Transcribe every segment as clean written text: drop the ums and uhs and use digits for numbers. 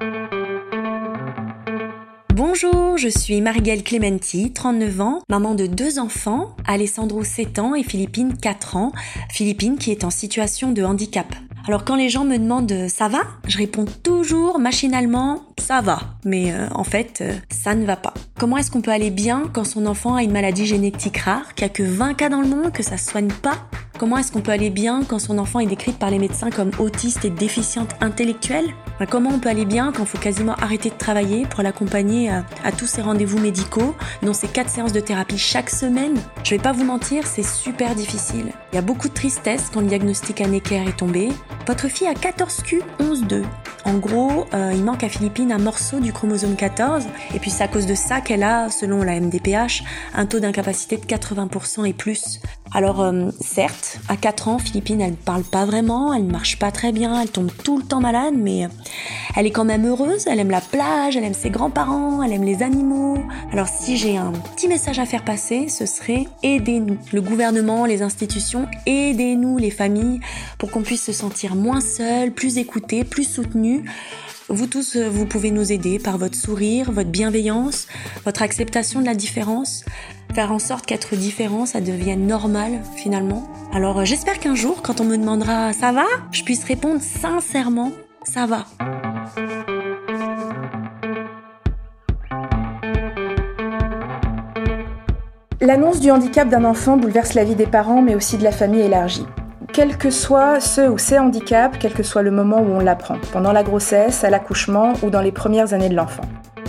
Bonjour, je suis Marie-Gaëlle Clementi, 39 ans, maman de 2 enfants, Alessandro 7 ans et Philippine 4 ans, Philippine qui est en situation de handicap. Alors quand les gens me demandent « ça va ?», je réponds toujours machinalement « ça va », mais en fait, ça ne va pas. Comment est-ce qu'on peut aller bien quand son enfant a une maladie génétique rare, qu'il n'y a que 20 cas dans le monde, que ça ne se soigne pas ? Comment est-ce qu'on peut aller bien quand son enfant est décrite par les médecins comme autiste et déficiente intellectuelle ? Comment on peut aller bien quand il faut quasiment arrêter de travailler pour l'accompagner à tous ses rendez-vous médicaux, dont ses 4 séances de thérapie chaque semaine ? Je vais pas vous mentir, c'est super difficile. Il y a beaucoup de tristesse quand le diagnostic à Necker est tombé. Votre fille a 14q11.2. En gros, il manque à Philippine un morceau du chromosome 14, et puis c'est à cause de ça qu'elle a, selon la MDPH, un taux d'incapacité de 80% et plus. Alors certes, à 4 ans, Philippine, elle ne parle pas vraiment, elle ne marche pas très bien, elle tombe tout le temps malade, mais elle est quand même heureuse, elle aime la plage, elle aime ses grands-parents, elle aime les animaux. Alors si j'ai un petit message à faire passer, ce serait aidez-nous, le gouvernement, les institutions, aidez-nous les familles pour qu'on puisse se sentir moins seul, plus écouté, plus soutenu. Vous tous, vous pouvez nous aider par votre sourire, votre bienveillance, votre acceptation de la différence, faire en sorte qu'être différent, ça devienne normal finalement. Alors j'espère qu'un jour, quand on me demandera « ça va ?», je puisse répondre sincèrement « ça va ». L'annonce du handicap d'un enfant bouleverse la vie des parents, mais aussi de la famille élargie. Quels que soient ce ou ces handicaps, quel que soit le moment où on l'apprend, pendant la grossesse, à l'accouchement ou dans les premières années de l'enfant.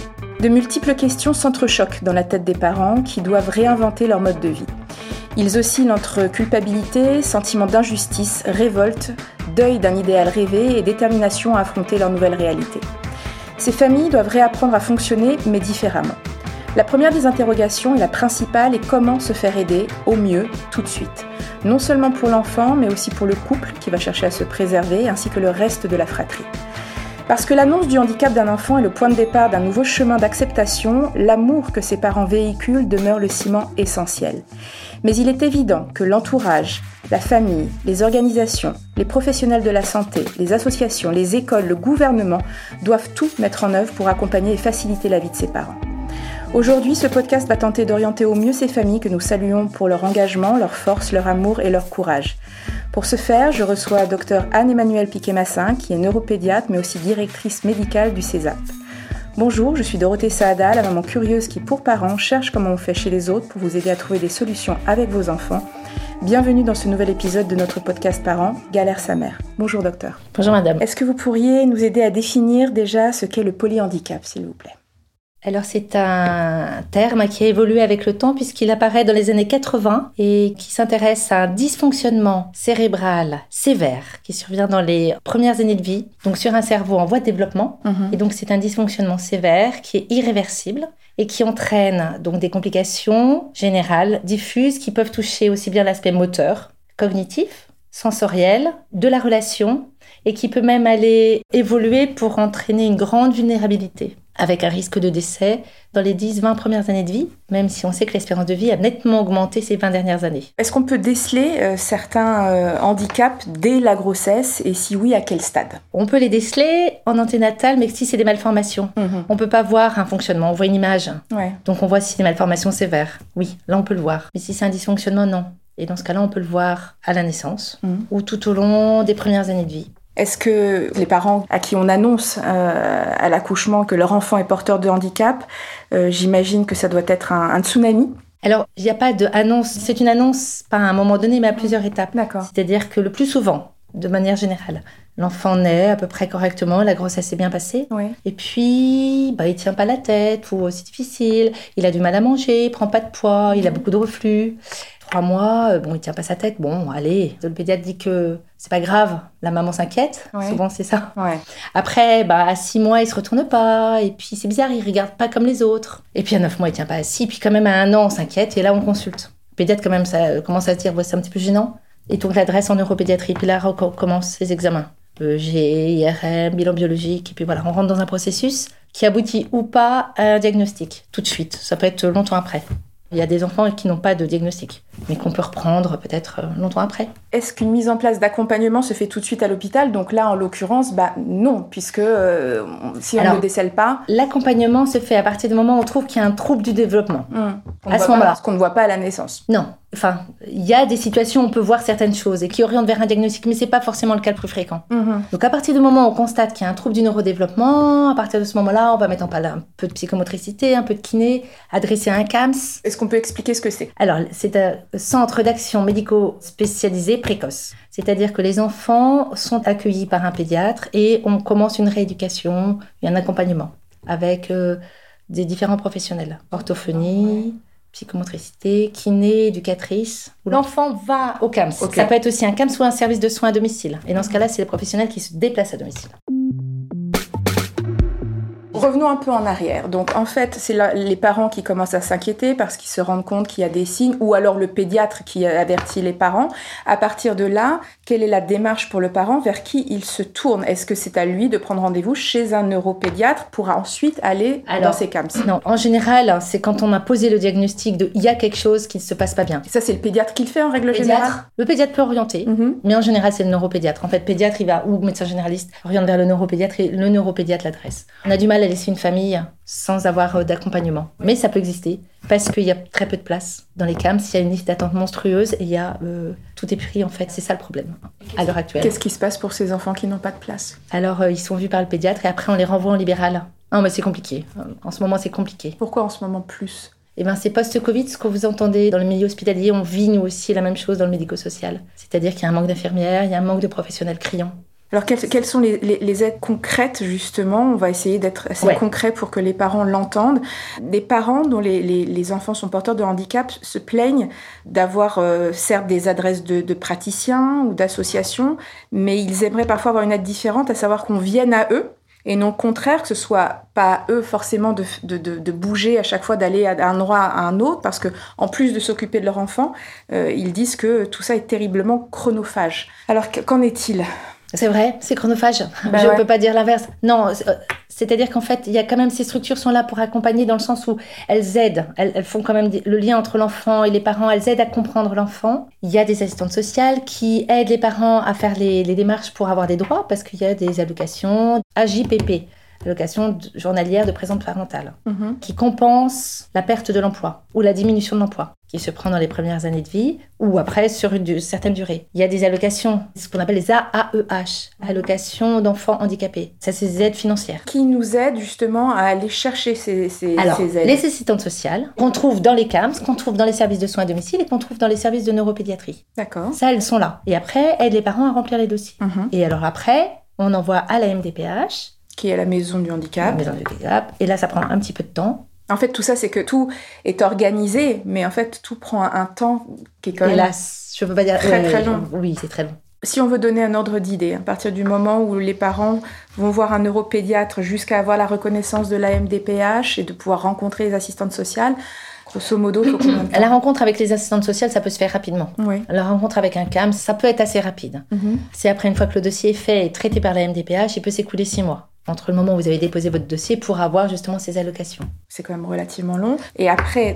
De multiples questions s'entrechoquent dans la tête des parents qui doivent réinventer leur mode de vie. Ils oscillent entre culpabilité, sentiment d'injustice, révolte, deuil d'un idéal rêvé et détermination à affronter leur nouvelle réalité. Ces familles doivent réapprendre à fonctionner, mais différemment. La première des interrogations et la principale est comment se faire aider au mieux tout de suite. Non seulement pour l'enfant, mais aussi pour le couple qui va chercher à se préserver, ainsi que le reste de la fratrie. Parce que l'annonce du handicap d'un enfant est le point de départ d'un nouveau chemin d'acceptation, l'amour que ses parents véhiculent demeure le ciment essentiel. Mais il est évident que l'entourage, la famille, les organisations, les professionnels de la santé, les associations, les écoles, le gouvernement doivent tout mettre en œuvre pour accompagner et faciliter la vie de ses parents. Aujourd'hui, ce podcast va tenter d'orienter au mieux ces familles que nous saluons pour leur engagement, leur force, leur amour et leur courage. Pour ce faire, je reçois Dr Anne-Emmanuelle Piquet-Massin, qui est neuropédiatre mais aussi directrice médicale du CESAP. Bonjour, je suis Dorothée Saada, la maman curieuse qui, pour parents, cherche comment on fait chez les autres pour vous aider à trouver des solutions avec vos enfants. Bienvenue dans ce nouvel épisode de notre podcast Parents, Galère sa mère. Bonjour docteur. Bonjour madame. Est-ce que vous pourriez nous aider à définir déjà ce qu'est le polyhandicap, s'il vous plaît ? Alors c'est un terme qui a évolué avec le temps puisqu'il apparaît dans les années 80 et qui s'intéresse à un dysfonctionnement cérébral sévère qui survient dans les premières années de vie, donc sur un cerveau en voie de développement. Et donc c'est un dysfonctionnement sévère qui est irréversible et qui entraîne donc des complications générales, diffuses, qui peuvent toucher aussi bien l'aspect moteur, cognitif, sensoriel, de la relation et qui peut même aller évoluer pour entraîner une grande vulnérabilité, avec un risque de décès dans les 10-20 premières années de vie, même si on sait que l'espérance de vie a nettement augmenté ces 20 dernières années. Est-ce qu'on peut déceler certains handicaps dès la grossesse et si oui, à quel stade ? On peut les déceler en anténatal, mais si c'est des malformations. On ne peut pas voir un fonctionnement, on voit une image. Ouais. Donc on voit si c'est des malformations sévères. Oui, là on peut le voir. Mais si c'est un dysfonctionnement, non. Et dans ce cas-là, on peut le voir à la naissance ou tout au long des premières années de vie. Est-ce que les parents à qui on annonce à l'accouchement que leur enfant est porteur de handicap, j'imagine que ça doit être un tsunami ? Alors, il n'y a pas d'annonce. C'est une annonce, pas à un moment donné, mais à plusieurs étapes. D'accord. C'est-à-dire que le plus souvent, de manière générale, l'enfant naît à peu près correctement, la grossesse s'est bien passée. Oui. Et puis, il ne tient pas la tête, ou c'est difficile, il a du mal à manger, il ne prend pas de poids, il a beaucoup de reflux. 3 mois, il tient pas sa tête. Bon, allez, le pédiatre dit que c'est pas grave. La maman s'inquiète. Ouais. Souvent, c'est ça. Ouais. Après, à 6 mois, il se retourne pas. Et puis, c'est bizarre, il regarde pas comme les autres. Et puis, à 9 mois, il tient pas assis. Puis, quand même, à 1 an, on s'inquiète. Et là, on consulte. Le pédiatre, quand même, ça commence à se dire, c'est un petit peu gênant. Et donc, l'adresse en neuropédiatrie. Puis là, on commence les examens. EEG, IRM, bilan biologique. Et puis, voilà, on rentre dans un processus qui aboutit ou pas à un diagnostic. Tout de suite. Ça peut être longtemps après. Il y a des enfants qui n'ont pas de diagnostic, mais qu'on peut reprendre peut-être longtemps après. Est-ce qu'une mise en place d'accompagnement se fait tout de suite à l'hôpital ? Donc là, en l'occurrence, non, puisque si on ne le décèle pas... L'accompagnement se fait à partir du moment où on trouve qu'il y a un trouble du développement. À ce moment-là. Ce qu'on ne voit pas à la naissance. Non. Enfin, il y a des situations où on peut voir certaines choses et qui orientent vers un diagnostic, mais ce n'est pas forcément le cas le plus fréquent. Donc à partir du moment où on constate qu'il y a un trouble du neurodéveloppement, à partir de ce moment-là, on va mettre en place un peu de psychomotricité, un peu de kiné, adresser un CAMS. Est-ce qu'on peut expliquer ce que c'est ? Alors, c'est un centre d'action médico-spécialisé précoce. C'est-à-dire que les enfants sont accueillis par un pédiatre et on commence une rééducation et un accompagnement avec des différents professionnels. Orthophonie, psychomotricité, kiné, éducatrice. L'enfant va au CAMS. Okay. Ça peut être aussi un CAMS ou un service de soins à domicile. Et dans ce cas-là, c'est les professionnels qui se déplacent à domicile. Revenons un peu en arrière. Donc, en fait, c'est là les parents qui commencent à s'inquiéter parce qu'ils se rendent compte qu'il y a des signes, ou alors le pédiatre qui avertit les parents. À partir de là, quelle est la démarche pour le parent ? Vers qui il se tourne ? Est-ce que c'est à lui de prendre rendez-vous chez un neuropédiatre pour ensuite aller dans ses CAMS ? Non, en général, c'est quand on a posé le diagnostic de « il y a quelque chose qui ne se passe pas bien ». Ça, c'est le pédiatre qui le fait en règle générale ? Le pédiatre peut orienter, mais en général, c'est le neuropédiatre. En fait, pédiatre, il va, ou médecin généraliste, oriente vers le neuropédiatre et le neuropédiatre l'adresse. On a du mal à laisser une famille sans avoir d'accompagnement. Mais ça peut exister parce qu'il y a très peu de place dans les CAMS. Il y a une liste d'attente monstrueuse et il y a tout est pris en fait. C'est ça le problème à l'heure actuelle. Qu'est-ce qui se passe pour ces enfants qui n'ont pas de place ? Alors ils sont vus par le pédiatre et après on les renvoie en libéral. Non mais c'est compliqué. En ce moment c'est compliqué. Pourquoi en ce moment plus ? C'est post-Covid, ce que vous entendez dans le milieu hospitalier, on vit nous aussi la même chose dans le médico-social. C'est-à-dire qu'il y a un manque d'infirmières, il y a un manque de professionnels criants. Alors, quelles sont les aides concrètes, justement ? On va essayer d'être assez concret pour que les parents l'entendent. Des parents dont les enfants sont porteurs de handicap se plaignent d'avoir, certes, des adresses de praticiens ou d'associations, mais ils aimeraient parfois avoir une aide différente, à savoir qu'on vienne à eux, et non le contraire, que ce soit pas à eux forcément de bouger à chaque fois, d'aller d'un endroit à un autre, parce que en plus de s'occuper de leur enfant, ils disent que tout ça est terriblement chronophage. Alors, qu'en est-il ? C'est vrai, c'est chronophage. Je ne peux pas dire l'inverse. Non, c'est-à-dire qu'en fait, il y a quand même ces structures sont là pour accompagner dans le sens où elles aident. Elles font quand même le lien entre l'enfant et les parents. Elles aident à comprendre l'enfant. Il y a des assistantes sociales qui aident les parents à faire les démarches pour avoir des droits parce qu'il y a des allocations AJPP, allocation journalière de présence parentale, qui compense la perte de l'emploi ou la diminution de l'emploi, qui se prend dans les premières années de vie ou après sur une certaine durée. Il y a des allocations, ce qu'on appelle les AAEH, allocations d'enfants handicapés. Ça, c'est des aides financières. Qui nous aident justement à aller chercher ces aides ? Les assistantes sociales, qu'on trouve dans les CAMS, qu'on trouve dans les services de soins à domicile et qu'on trouve dans les services de neuropédiatrie. D'accord. Ça, elles sont là. Et après, aident les parents à remplir les dossiers. Et alors après, on envoie à la MDPH, qui est la maison du handicap. Et là, ça prend un petit peu de temps. En fait, tout ça, c'est que tout est organisé, mais en fait, tout prend un temps qui est quand même... Hélas, je ne peux pas dire... Très long. Oui, c'est très long. Si on veut donner un ordre d'idée, à partir du moment où les parents vont voir un neuropédiatre jusqu'à avoir la reconnaissance de la MDPH et de pouvoir rencontrer les assistantes sociales, grosso modo, il faut combien de temps ? La rencontre avec les assistantes sociales, ça peut se faire rapidement. Oui. La rencontre avec un CAMS, ça peut être assez rapide. C'est après, une fois que le dossier est fait et traité par la MDPH, il peut s'écouler 6 mois. Entre le moment où vous avez déposé votre dossier pour avoir justement ces allocations. C'est quand même relativement long. Et après,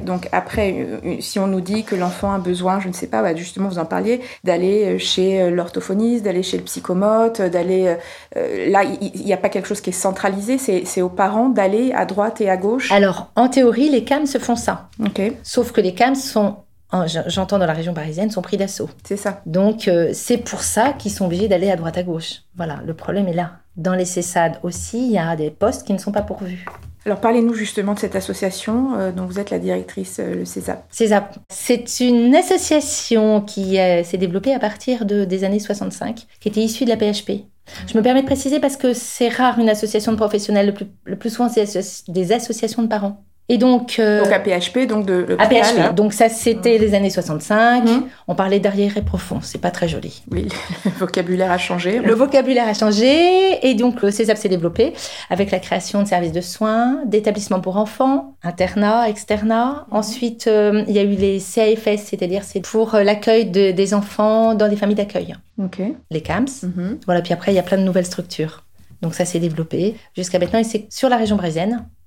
si on nous dit que l'enfant a besoin, je ne sais pas, justement vous en parliez, d'aller chez l'orthophoniste, d'aller chez le psychomote, d'aller... là, il n'y a pas quelque chose qui est centralisé, c'est aux parents d'aller à droite et à gauche. Alors, en théorie, les CAMS se font ça. Okay. Sauf que les CAMS sont... J'entends dans la région parisienne, sont pris d'assaut. C'est ça. Donc, c'est pour ça qu'ils sont obligés d'aller à droite à gauche. Voilà, le problème est là. Dans les CESAD aussi, il y a des postes qui ne sont pas pourvus. Alors, parlez-nous justement de cette association dont vous êtes la directrice, le CESAP. CESAP, c'est une association qui s'est développée à partir des années 65, qui était issue de la PHP. Je me permets de préciser parce que c'est rare une association de professionnels. Le plus souvent, c'est des associations de parents. Et donc à PHP, donc de l'hôpital. À PHP, donc ça c'était les années 65. On parlait d'arriéré profond, c'est pas très joli. Oui, le vocabulaire a changé. Le vocabulaire a changé et donc le CESAP s'est développé avec la création de services de soins, d'établissements pour enfants, internats, externats. Ensuite, il y a eu les CAFS, c'est-à-dire c'est pour l'accueil des enfants dans des familles d'accueil. Okay. Les CAMS. Voilà, puis après il y a plein de nouvelles structures. Donc ça s'est développé jusqu'à maintenant et c'est sur la région parisienne.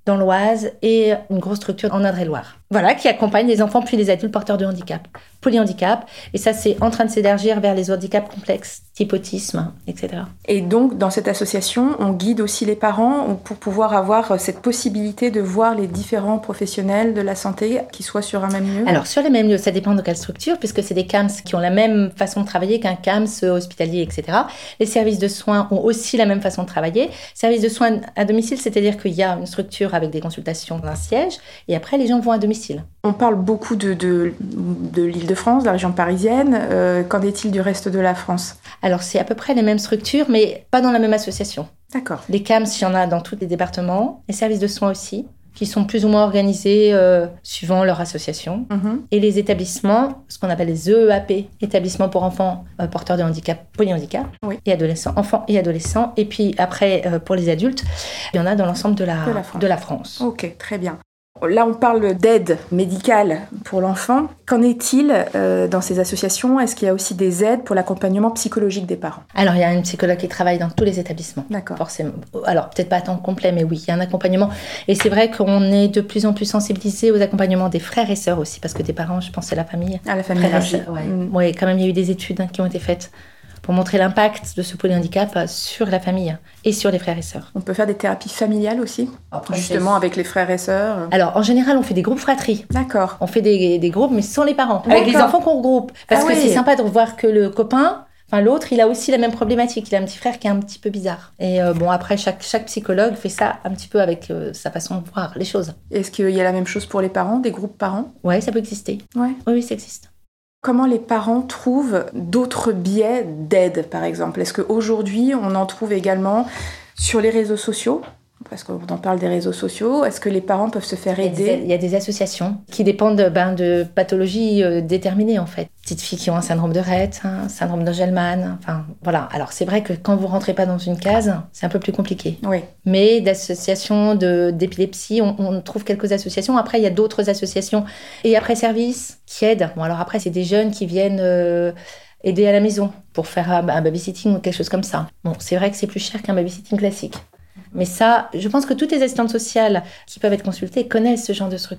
dans l'Oise et une grosse structure en Indre-et-Loire. Voilà, qui accompagne les enfants puis les adultes porteurs de handicap, polyhandicap. Et ça, c'est en train de s'élargir vers les handicaps complexes, type autisme, etc. Et donc, dans cette association, on guide aussi les parents pour pouvoir avoir cette possibilité de voir les différents professionnels de la santé qui soient sur un même lieu. Alors, sur les mêmes lieux, ça dépend de quelle structure, puisque c'est des CAMS qui ont la même façon de travailler qu'un CAMS hospitalier, etc. Les services de soins ont aussi la même façon de travailler. Services de soins à domicile, c'est-à-dire qu'il y a une structure avec des consultations dans un siège, et après, les gens vont à domicile. On parle beaucoup de l'Île-de-France, de la région parisienne. Qu'en est-il du reste de la France ? Alors, c'est à peu près les mêmes structures, mais pas dans la même association. D'accord. Les CAMS, il y en a dans tous les départements. Les services de soins aussi, qui sont plus ou moins organisés suivant leur association. Et les établissements, ce qu'on appelle les EEAP, établissements pour enfants porteurs de handicap, polyhandicap, et adolescents, enfants et adolescents. Et puis après, pour les adultes, il y en a dans l'ensemble de la France. Ok, très bien. Là, on parle d'aide médicale pour l'enfant. Qu'en est-il dans ces associations ? Est-ce qu'il y a aussi des aides pour l'accompagnement psychologique des parents ? Alors, il y a une psychologue qui travaille dans tous les établissements. D'accord. Forcément. Alors, peut-être pas à temps complet, mais oui, il y a un accompagnement. Et c'est vrai qu'on est de plus en plus sensibilisés aux accompagnements des frères et sœurs aussi, parce que des parents, je pense, c'est la famille. Ah, la famille élargie. Oui, quand même, il y a eu des études qui ont été faites pour montrer l'impact de ce polyhandicap sur la famille et sur les frères et sœurs. On peut faire des thérapies familiales aussi, justement avec les frères et sœurs. Alors, en général, on fait des groupes fratries. D'accord. On fait des groupes, mais sans les parents. Avec les enfants qu'on regroupe. Parce que c'est sympa de voir que le copain, enfin l'autre, il a aussi la même problématique. Il a un petit frère qui est un petit peu bizarre. Et bon, après, chaque psychologue fait ça un petit peu avec sa façon de voir les choses. Est-ce qu'il y a la même chose pour les parents, des groupes parents ? Ouais, ça peut exister. Ouais. Oui, ça existe. Comment les parents trouvent d'autres biais d'aide, par exemple ? Est-ce qu'aujourd'hui, on en trouve également sur les réseaux sociaux ? Parce qu'on en parle des réseaux sociaux. Est-ce que les parents peuvent se faire aider ? Il y a des associations qui dépendent de pathologies déterminées, en fait. Petites filles qui ont un syndrome de Rett, un syndrome d'Angelman, enfin, voilà. Alors, c'est vrai que quand vous rentrez pas dans une case, c'est un peu plus compliqué. Oui. Mais d'associations d'épilepsie, on trouve quelques associations. Après, il y a d'autres associations. Et après, service qui aident. Bon, alors après, c'est des jeunes qui viennent aider à la maison pour faire un babysitting ou quelque chose comme ça. Bon, c'est vrai que c'est plus cher qu'un babysitting classique. Mais ça, je pense que toutes les assistantes sociales qui peuvent être consultées connaissent ce genre de structure.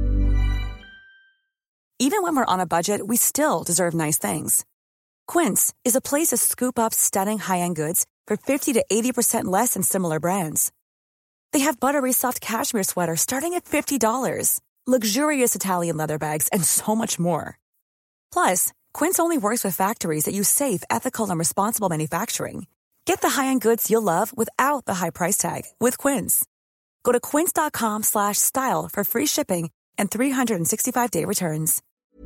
Even when we're on a budget, we still deserve nice things. Quince is a place to scoop up stunning high-end goods for 50 to 80% less than similar brands. They have buttery soft cashmere sweaters starting at $50, luxurious Italian leather bags, and so much more. Plus, Quince only works with factories that use safe, ethical, and responsible manufacturing. Get the high-end goods you'll love without the high price tag with Quince. Go to quince.com/style for free shipping and 365-day returns.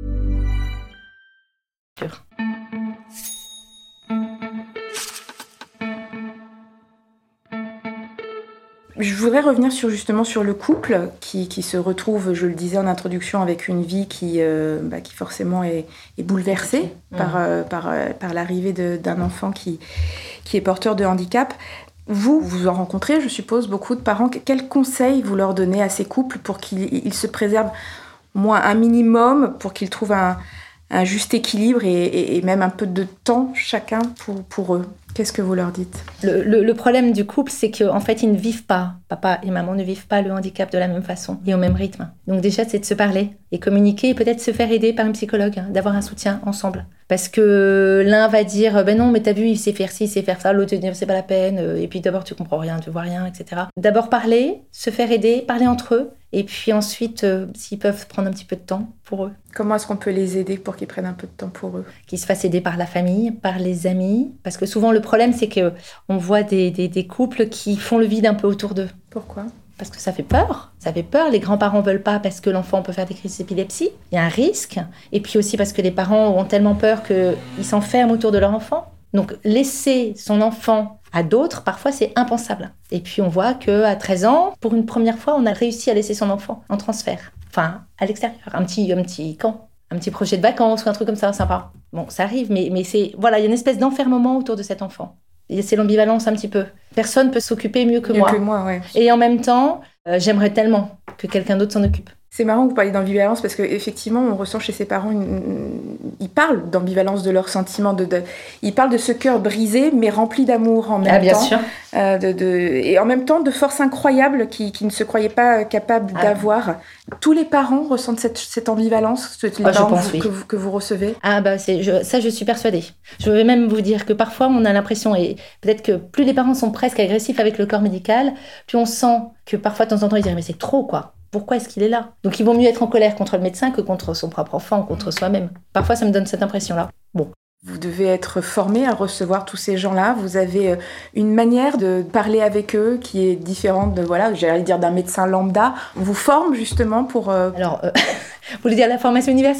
Je voudrais revenir sur le couple qui se retrouve, je le disais en introduction, avec une vie qui forcément est bouleversée par l'arrivée d'un enfant qui est porteur de handicap. Vous en rencontrez, je suppose, beaucoup de parents. Quels conseils vous leur donnez à ces couples pour qu'ils se préservent au moins un minimum, pour qu'ils trouvent un juste équilibre et même un peu de temps chacun pour eux ? Qu'est-ce que vous leur dites ? Le problème du couple, c'est qu'en fait, ils ne vivent pas, papa et maman ne vivent pas le handicap de la même façon et au même rythme. Donc déjà, c'est de se parler et communiquer et peut-être se faire aider par un psychologue, d'avoir un soutien ensemble. Parce que l'un va dire « Ben non, mais t'as vu, il sait faire ci, il sait faire ça », l'autre va dire « C'est pas la peine, et puis d'abord, tu comprends rien, tu vois rien, etc. » D'abord parler, se faire aider, parler entre eux, et puis ensuite, s'ils peuvent prendre un petit peu de temps pour eux. Comment est-ce qu'on peut les aider pour qu'ils prennent un peu de temps pour eux ? Qu'ils se fassent aider par la famille, par les amis. Parce que souvent, le problème, c'est qu'on voit des couples qui font le vide un peu autour d'eux. Pourquoi ? Parce que ça fait peur. Ça fait peur. Les grands-parents veulent pas parce que l'enfant peut faire des crises d'épilepsie. Il y a un risque. Et puis aussi parce que les parents ont tellement peur qu'ils s'enferment autour de leur enfant. Donc, laisser son enfant à d'autres, parfois, c'est impensable. Et puis, on voit qu'à 13 ans, pour une première fois, on a réussi à laisser son enfant en transfert. Enfin, à l'extérieur. Un petit camp. Un petit projet de vacances ou un truc comme ça, sympa. Bon, ça arrive, mais c'est... Voilà, il y a une espèce d'enfermement autour de cet enfant. Et c'est l'ambivalence un petit peu. Personne peut s'occuper mieux que moi. Mieux que moi, ouais. Et en même temps, j'aimerais tellement que quelqu'un d'autre s'en occupe. C'est marrant que vous parliez d'ambivalence parce qu'effectivement, on ressent chez ses parents, ils parlent d'ambivalence de leurs sentiments, ils parlent de ce cœur brisé mais rempli d'amour en même temps. Bien sûr. Et en même temps de force incroyable qu'ils ne se croyaient pas capables d'avoir. Tous les parents ressentent cette ambivalence, que vous recevez. Je suis persuadée. Je vais même vous dire que parfois on a l'impression, et peut-être que plus les parents sont presque agressifs avec le corps médical, plus on sent que parfois de temps en temps ils disent mais c'est trop quoi. Pourquoi est-ce qu'il est là ? Donc, il vaut mieux être en colère contre le médecin que contre son propre enfant, contre soi-même. Parfois, ça me donne cette impression-là. Bon. Vous devez être formé à recevoir tous ces gens-là. Vous avez une manière de parler avec eux qui est différente j'allais dire d'un médecin lambda. On vous forme justement pour... Alors, vous voulez dire la formation universitaire ?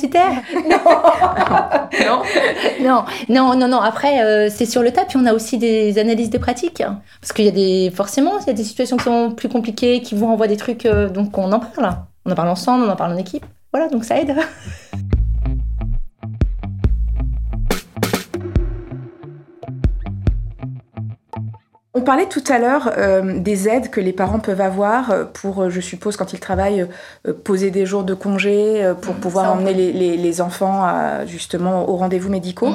Non. Après, c'est sur le tas. Puis on a aussi des analyses de pratique. Parce qu'il y a des situations qui sont plus compliquées, qui vous renvoient des trucs, donc on en parle. On en parle ensemble, on en parle en équipe. Voilà, donc ça aide. On parlait tout à l'heure des aides que les parents peuvent avoir pour, je suppose, quand ils travaillent, poser des jours de congé pour pouvoir emmener les enfants justement aux rendez-vous médicaux.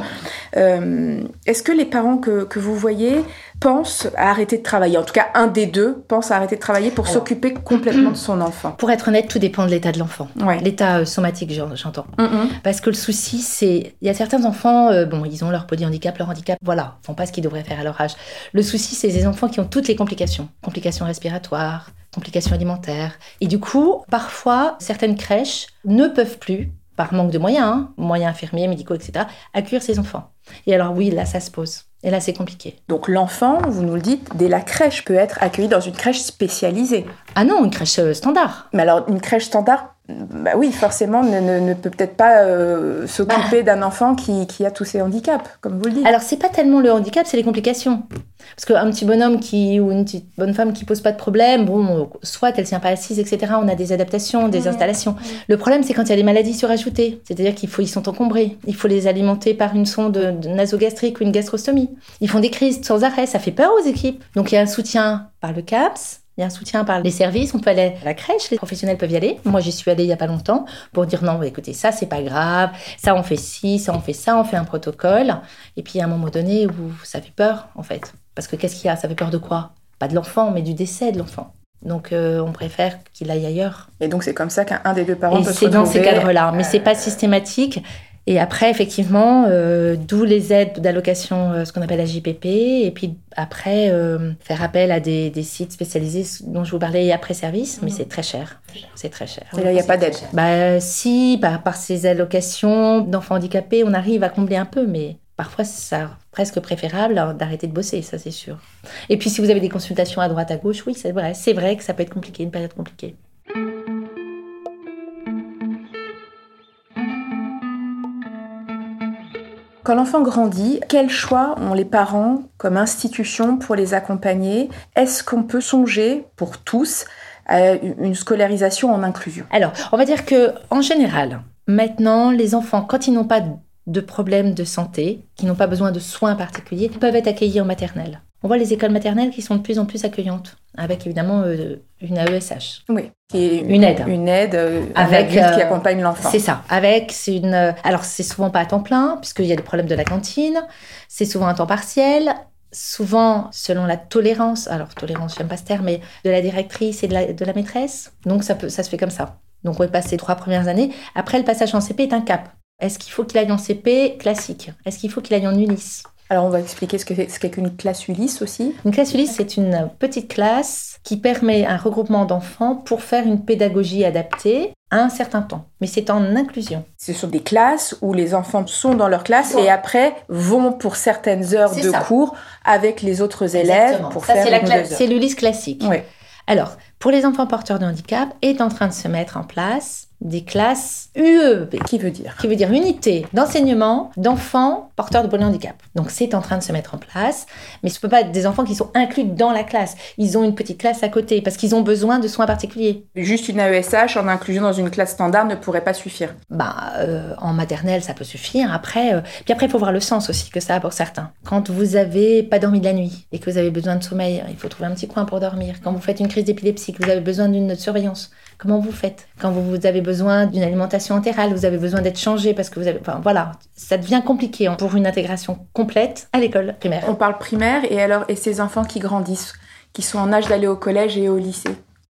Est-ce que les parents que vous voyez pensent à arrêter de travailler ? En tout cas, un des deux pense à arrêter de travailler pour s'occuper complètement de son enfant. Pour être honnête, tout dépend de l'état de l'enfant. Ouais. L'état somatique, j'entends. Parce que le souci, c'est... Il y a certains enfants, ils ont leur polyhandicap, leur handicap, voilà, font pas ce qu'ils devraient faire à leur âge. Le souci, c'est des enfants qui ont toutes les complications. Complications respiratoires, complications alimentaires. Et du coup, parfois, certaines crèches ne peuvent plus, par manque de moyens, moyens infirmiers, médicaux, etc., accueillir ces enfants. Et alors oui, là, ça se pose. Et là, c'est compliqué. Donc l'enfant, vous nous le dites, dès la crèche peut être accueilli dans une crèche spécialisée. Ah non, une crèche standard. Mais alors, une crèche standard, bah oui, forcément, ne peut peut-être pas s'occuper d'un enfant qui a tous ces handicaps, comme vous le dites. Alors, c'est pas tellement le handicap, c'est les complications. Parce qu'un petit bonhomme ou une petite bonne femme qui pose pas de problème, soit elle tient pas assise, etc. On a des adaptations, des installations. Le problème, c'est quand il y a des maladies surajoutées. C'est-à-dire qu'ils sont encombrés. Il faut les alimenter par une sonde nasogastrique ou une gastrostomie. Ils font des crises sans arrêt. Ça fait peur aux équipes. Donc, il y a un soutien par le CAPS. Il y a un soutien par les services, on peut aller à la crèche, les professionnels peuvent y aller. Moi, j'y suis allée il n'y a pas longtemps pour dire non, écoutez, ça, c'est pas grave, ça, on fait ci, ça, on fait ça, on fait un protocole. Et puis, à un moment donné, où ça fait peur, en fait. Parce que qu'est-ce qu'il y a ? Ça fait peur de quoi ? Pas de l'enfant, mais du décès de l'enfant. Donc, on préfère qu'il aille ailleurs. Et donc, c'est comme ça qu'un des deux parents peut se retrouver... Et c'est dans ces cadres-là, mais c'est pas systématique. Et après, effectivement, d'où les aides d'allocation, ce qu'on appelle la JPP. Et puis après, faire appel à des sites spécialisés dont je vous parlais après service. Mais c'est très cher. C'est très cher. Et là, il n'y a pas d'aide. Par ces allocations d'enfants handicapés, on arrive à combler un peu. Mais parfois, c'est presque préférable d'arrêter de bosser, ça c'est sûr. Et puis, si vous avez des consultations à droite, à gauche, oui, c'est vrai. C'est vrai que ça peut être compliqué, une période compliquée. Quand l'enfant grandit, quel choix ont les parents comme institution pour les accompagner ? Est-ce qu'on peut songer pour tous à une scolarisation en inclusion ? Alors, on va dire qu'en général, maintenant, les enfants, quand ils n'ont pas de problèmes de santé, qui n'ont pas besoin de soins particuliers, peuvent être accueillis en maternelle. On voit les écoles maternelles qui sont de plus en plus accueillantes, avec évidemment une AESH. Oui, qui est une aide avec qui accompagne l'enfant. C'est ça. Alors, c'est souvent pas à temps plein, puisqu'il y a des problèmes de la cantine. C'est souvent à temps partiel. Souvent, selon la tolérance, j'aime pas ce terme, mais de la directrice et de la maîtresse. Donc, ça se fait comme ça. Donc, on va passer 3 premières années. Après, le passage en CP est un cap. Est-ce qu'il faut qu'il aille en CP classique ? Est-ce qu'il faut qu'il aille en Ulysse ? Alors, on va expliquer ce qu'est qu'une classe Ulysse aussi. Une classe Ulysse, c'est une petite classe qui permet un regroupement d'enfants pour faire une pédagogie adaptée à un certain temps. Mais c'est en inclusion. Ce sont des classes où les enfants sont dans leur classe et après vont pour certaines heures cours avec les autres élèves. Exactement. Pour ça, faire c'est l'Ulysse classique. Oui. Alors, pour les enfants porteurs de handicap, est en train de se mettre en place des classes UEB. Qui veut dire unité d'enseignement d'enfants porteurs de polyhandicap. Donc, c'est en train de se mettre en place. Mais ce ne peut pas être des enfants qui sont inclus dans la classe. Ils ont une petite classe à côté parce qu'ils ont besoin de soins particuliers. Juste une AESH en inclusion dans une classe standard ne pourrait pas suffire. En maternelle, ça peut suffire. Après, il faut voir le sens aussi que ça a pour certains. Quand vous n'avez pas dormi de la nuit et que vous avez besoin de sommeil, il faut trouver un petit coin pour dormir. Quand vous faites une crise d'épilepsie, c'est que vous avez besoin d'une surveillance. Comment vous faites ? Quand vous avez besoin d'une alimentation entérale, vous avez besoin d'être changé parce que vous avez... Enfin, voilà, ça devient compliqué pour une intégration complète à l'école primaire. On parle primaire, et ces enfants qui grandissent, qui sont en âge d'aller au collège et au lycée.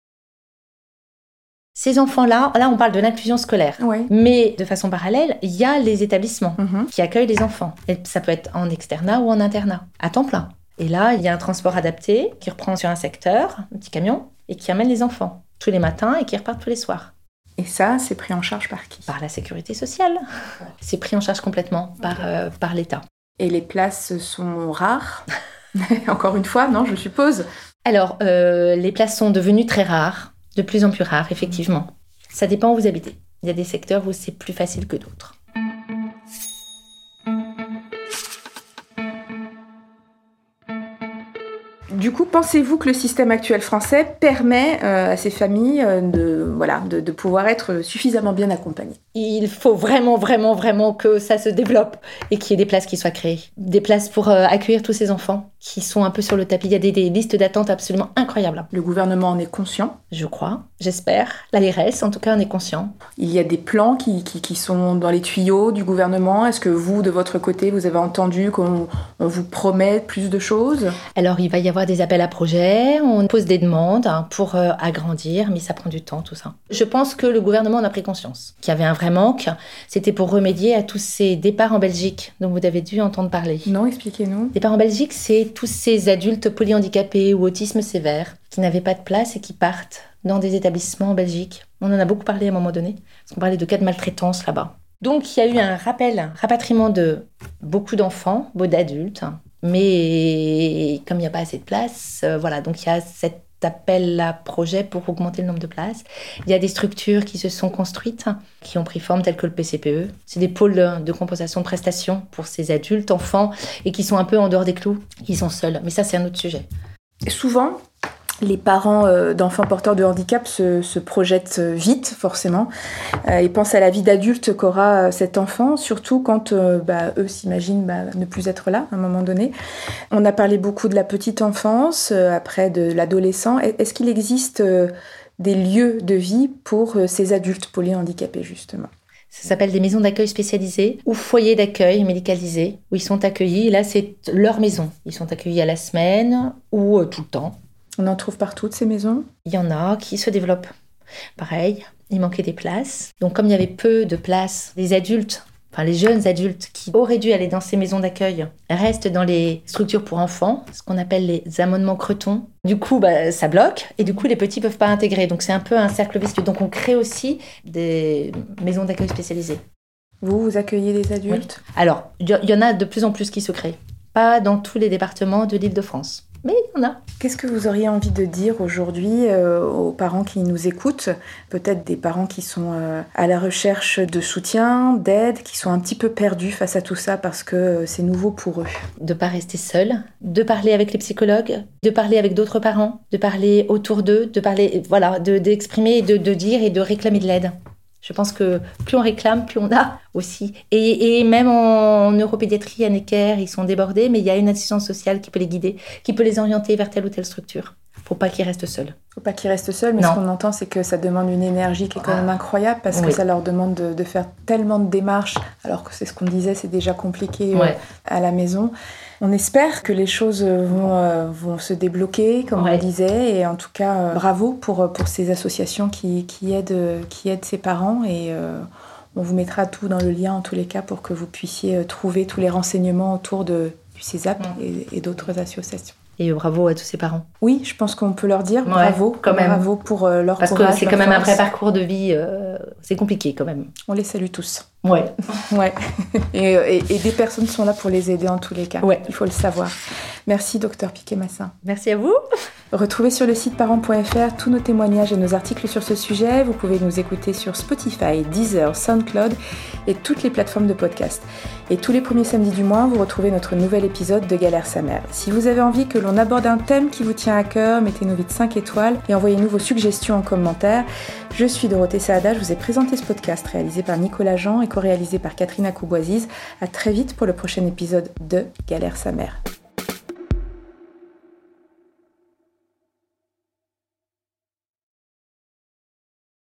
Ces enfants-là, là on parle de l'inclusion scolaire, Oui. Mais de façon parallèle, il y a les établissements qui accueillent les enfants. Et ça peut être en externat ou en internat, à temps plein. Et là, il y a un transport adapté qui reprend sur un secteur, un petit camion, et qui amène les enfants tous les matins et qui repartent tous les soirs. Et ça, c'est pris en charge par qui ? Par la sécurité sociale. C'est pris en charge complètement par l'État. Et les places sont rares ? Encore une fois, non, je suppose. Alors, les places sont devenues très rares. De plus en plus rare, effectivement. Ça dépend où vous habitez. Il y a des secteurs où c'est plus facile que d'autres. Du coup, pensez-vous que le système actuel français permet à ces familles de pouvoir être suffisamment bien accompagnées ? Il faut vraiment, vraiment, vraiment que ça se développe et qu'il y ait des places qui soient créées. Des places pour accueillir tous ces enfants qui sont un peu sur le tapis. Il y a des listes d'attente absolument incroyables. Le gouvernement en est conscient ? Je crois, j'espère. L'ARS, en tout cas, en est conscient. Il y a des plans qui sont dans les tuyaux du gouvernement. Est-ce que vous, de votre côté, vous avez entendu qu'on vous promet plus de choses ? Alors, il va y avoir des appels à projets, on pose des demandes pour agrandir, mais ça prend du temps, tout ça. Je pense que le gouvernement en a pris conscience, qu'il y avait un vrai manque. C'était pour remédier à tous ces départs en Belgique dont vous avez dû entendre parler. Non, expliquez-nous. Départs en Belgique, c'est tous ces adultes polyhandicapés ou autisme sévère qui n'avaient pas de place et qui partent dans des établissements en Belgique. On en a beaucoup parlé à un moment donné, parce qu'on parlait de cas de maltraitance là-bas. Donc, il y a eu un rapatriement de beaucoup d'enfants, beaucoup d'adultes, mais comme il n'y a pas assez de place, voilà, donc il y a cet appel à projet pour augmenter le nombre de places. Il y a des structures qui se sont construites, qui ont pris forme, telles que le PCPE. C'est des pôles de compensation de prestations pour ces adultes, enfants, et qui sont un peu en dehors des clous, qui sont seuls. Mais ça, c'est un autre sujet. Souvent, les parents d'enfants porteurs de handicap se projettent vite, forcément, et pensent à la vie d'adulte qu'aura cet enfant, surtout quand eux s'imaginent ne plus être là à un moment donné. On a parlé beaucoup de la petite enfance, après de l'adolescent. Est-ce qu'il existe des lieux de vie pour ces adultes polyhandicapés, justement ? Ça s'appelle des maisons d'accueil spécialisées ou foyers d'accueil médicalisés, où ils sont accueillis. Et là, c'est leur maison. Ils sont accueillis à la semaine ou tout le temps. On en trouve partout de ces maisons ? Il y en a qui se développent. Pareil, il manquait des places. Donc comme il y avait peu de places, les adultes, enfin les jeunes adultes qui auraient dû aller dans ces maisons d'accueil restent dans les structures pour enfants, ce qu'on appelle les amendements cretons. Du coup, ça bloque et du coup les petits ne peuvent pas intégrer. Donc c'est un peu un cercle vicieux. Donc on crée aussi des maisons d'accueil spécialisées. Vous accueillez des adultes ? Oui. Alors, il y en a de plus en plus qui se créent. Pas dans tous les départements de l'Île-de-France. Mais il y en a. Qu'est-ce que vous auriez envie de dire aujourd'hui aux parents qui nous écoutent ? Peut-être des parents qui sont à la recherche de soutien, d'aide, qui sont un petit peu perdus face à tout ça parce que c'est nouveau pour eux. De ne pas rester seul, de parler avec les psychologues, de parler avec d'autres parents, de parler autour d'eux, de parler, voilà, d'exprimer, de dire et de réclamer de l'aide. Je pense que plus on réclame, plus on a aussi. Et même en neuropédiatrie, à Necker, ils sont débordés, mais il y a une assistance sociale qui peut les guider, qui peut les orienter vers telle ou telle structure. Faut pas qu'ils restent seuls. Faut pas qu'ils restent seuls, mais non. Ce qu'on entend, c'est que ça demande une énergie qui est quand même incroyable, parce que ça leur demande de faire tellement de démarches, alors que c'est ce qu'on disait, c'est déjà compliqué à la maison. On espère que les choses vont se débloquer, comme on disait, et en tout cas, bravo pour ces associations qui aident ces parents, et on vous mettra tout dans le lien en tous les cas pour que vous puissiez trouver tous les renseignements autour du CESAP et d'autres associations. Et bravo à tous ces parents. Oui, je pense qu'on peut leur dire bravo, quand même. Bravo pour leur courage. Parce que c'est quand même un vrai parcours de vie, c'est compliqué quand même. On les salue tous. Ouais. Et des personnes sont là pour les aider en tous les cas. Ouais. Il faut le savoir. Merci, Dr Piquet-Massin. Merci à vous. Retrouvez sur le site parents.fr tous nos témoignages et nos articles sur ce sujet. Vous pouvez nous écouter sur Spotify, Deezer, SoundCloud et toutes les plateformes de podcast. Et tous les premiers samedis du mois, vous retrouvez notre nouvel épisode de Galère sa mère. Si vous avez envie que l'on aborde un thème qui vous tient à cœur, mettez-nous vite 5 étoiles et envoyez-nous vos suggestions en commentaire. Je suis Dorothée Saada, je vous ai présenté ce podcast réalisé par Nicolas Jean et co-réalisé par Catherine Akouboisiz. À très vite pour le prochain épisode de Galère sa mère.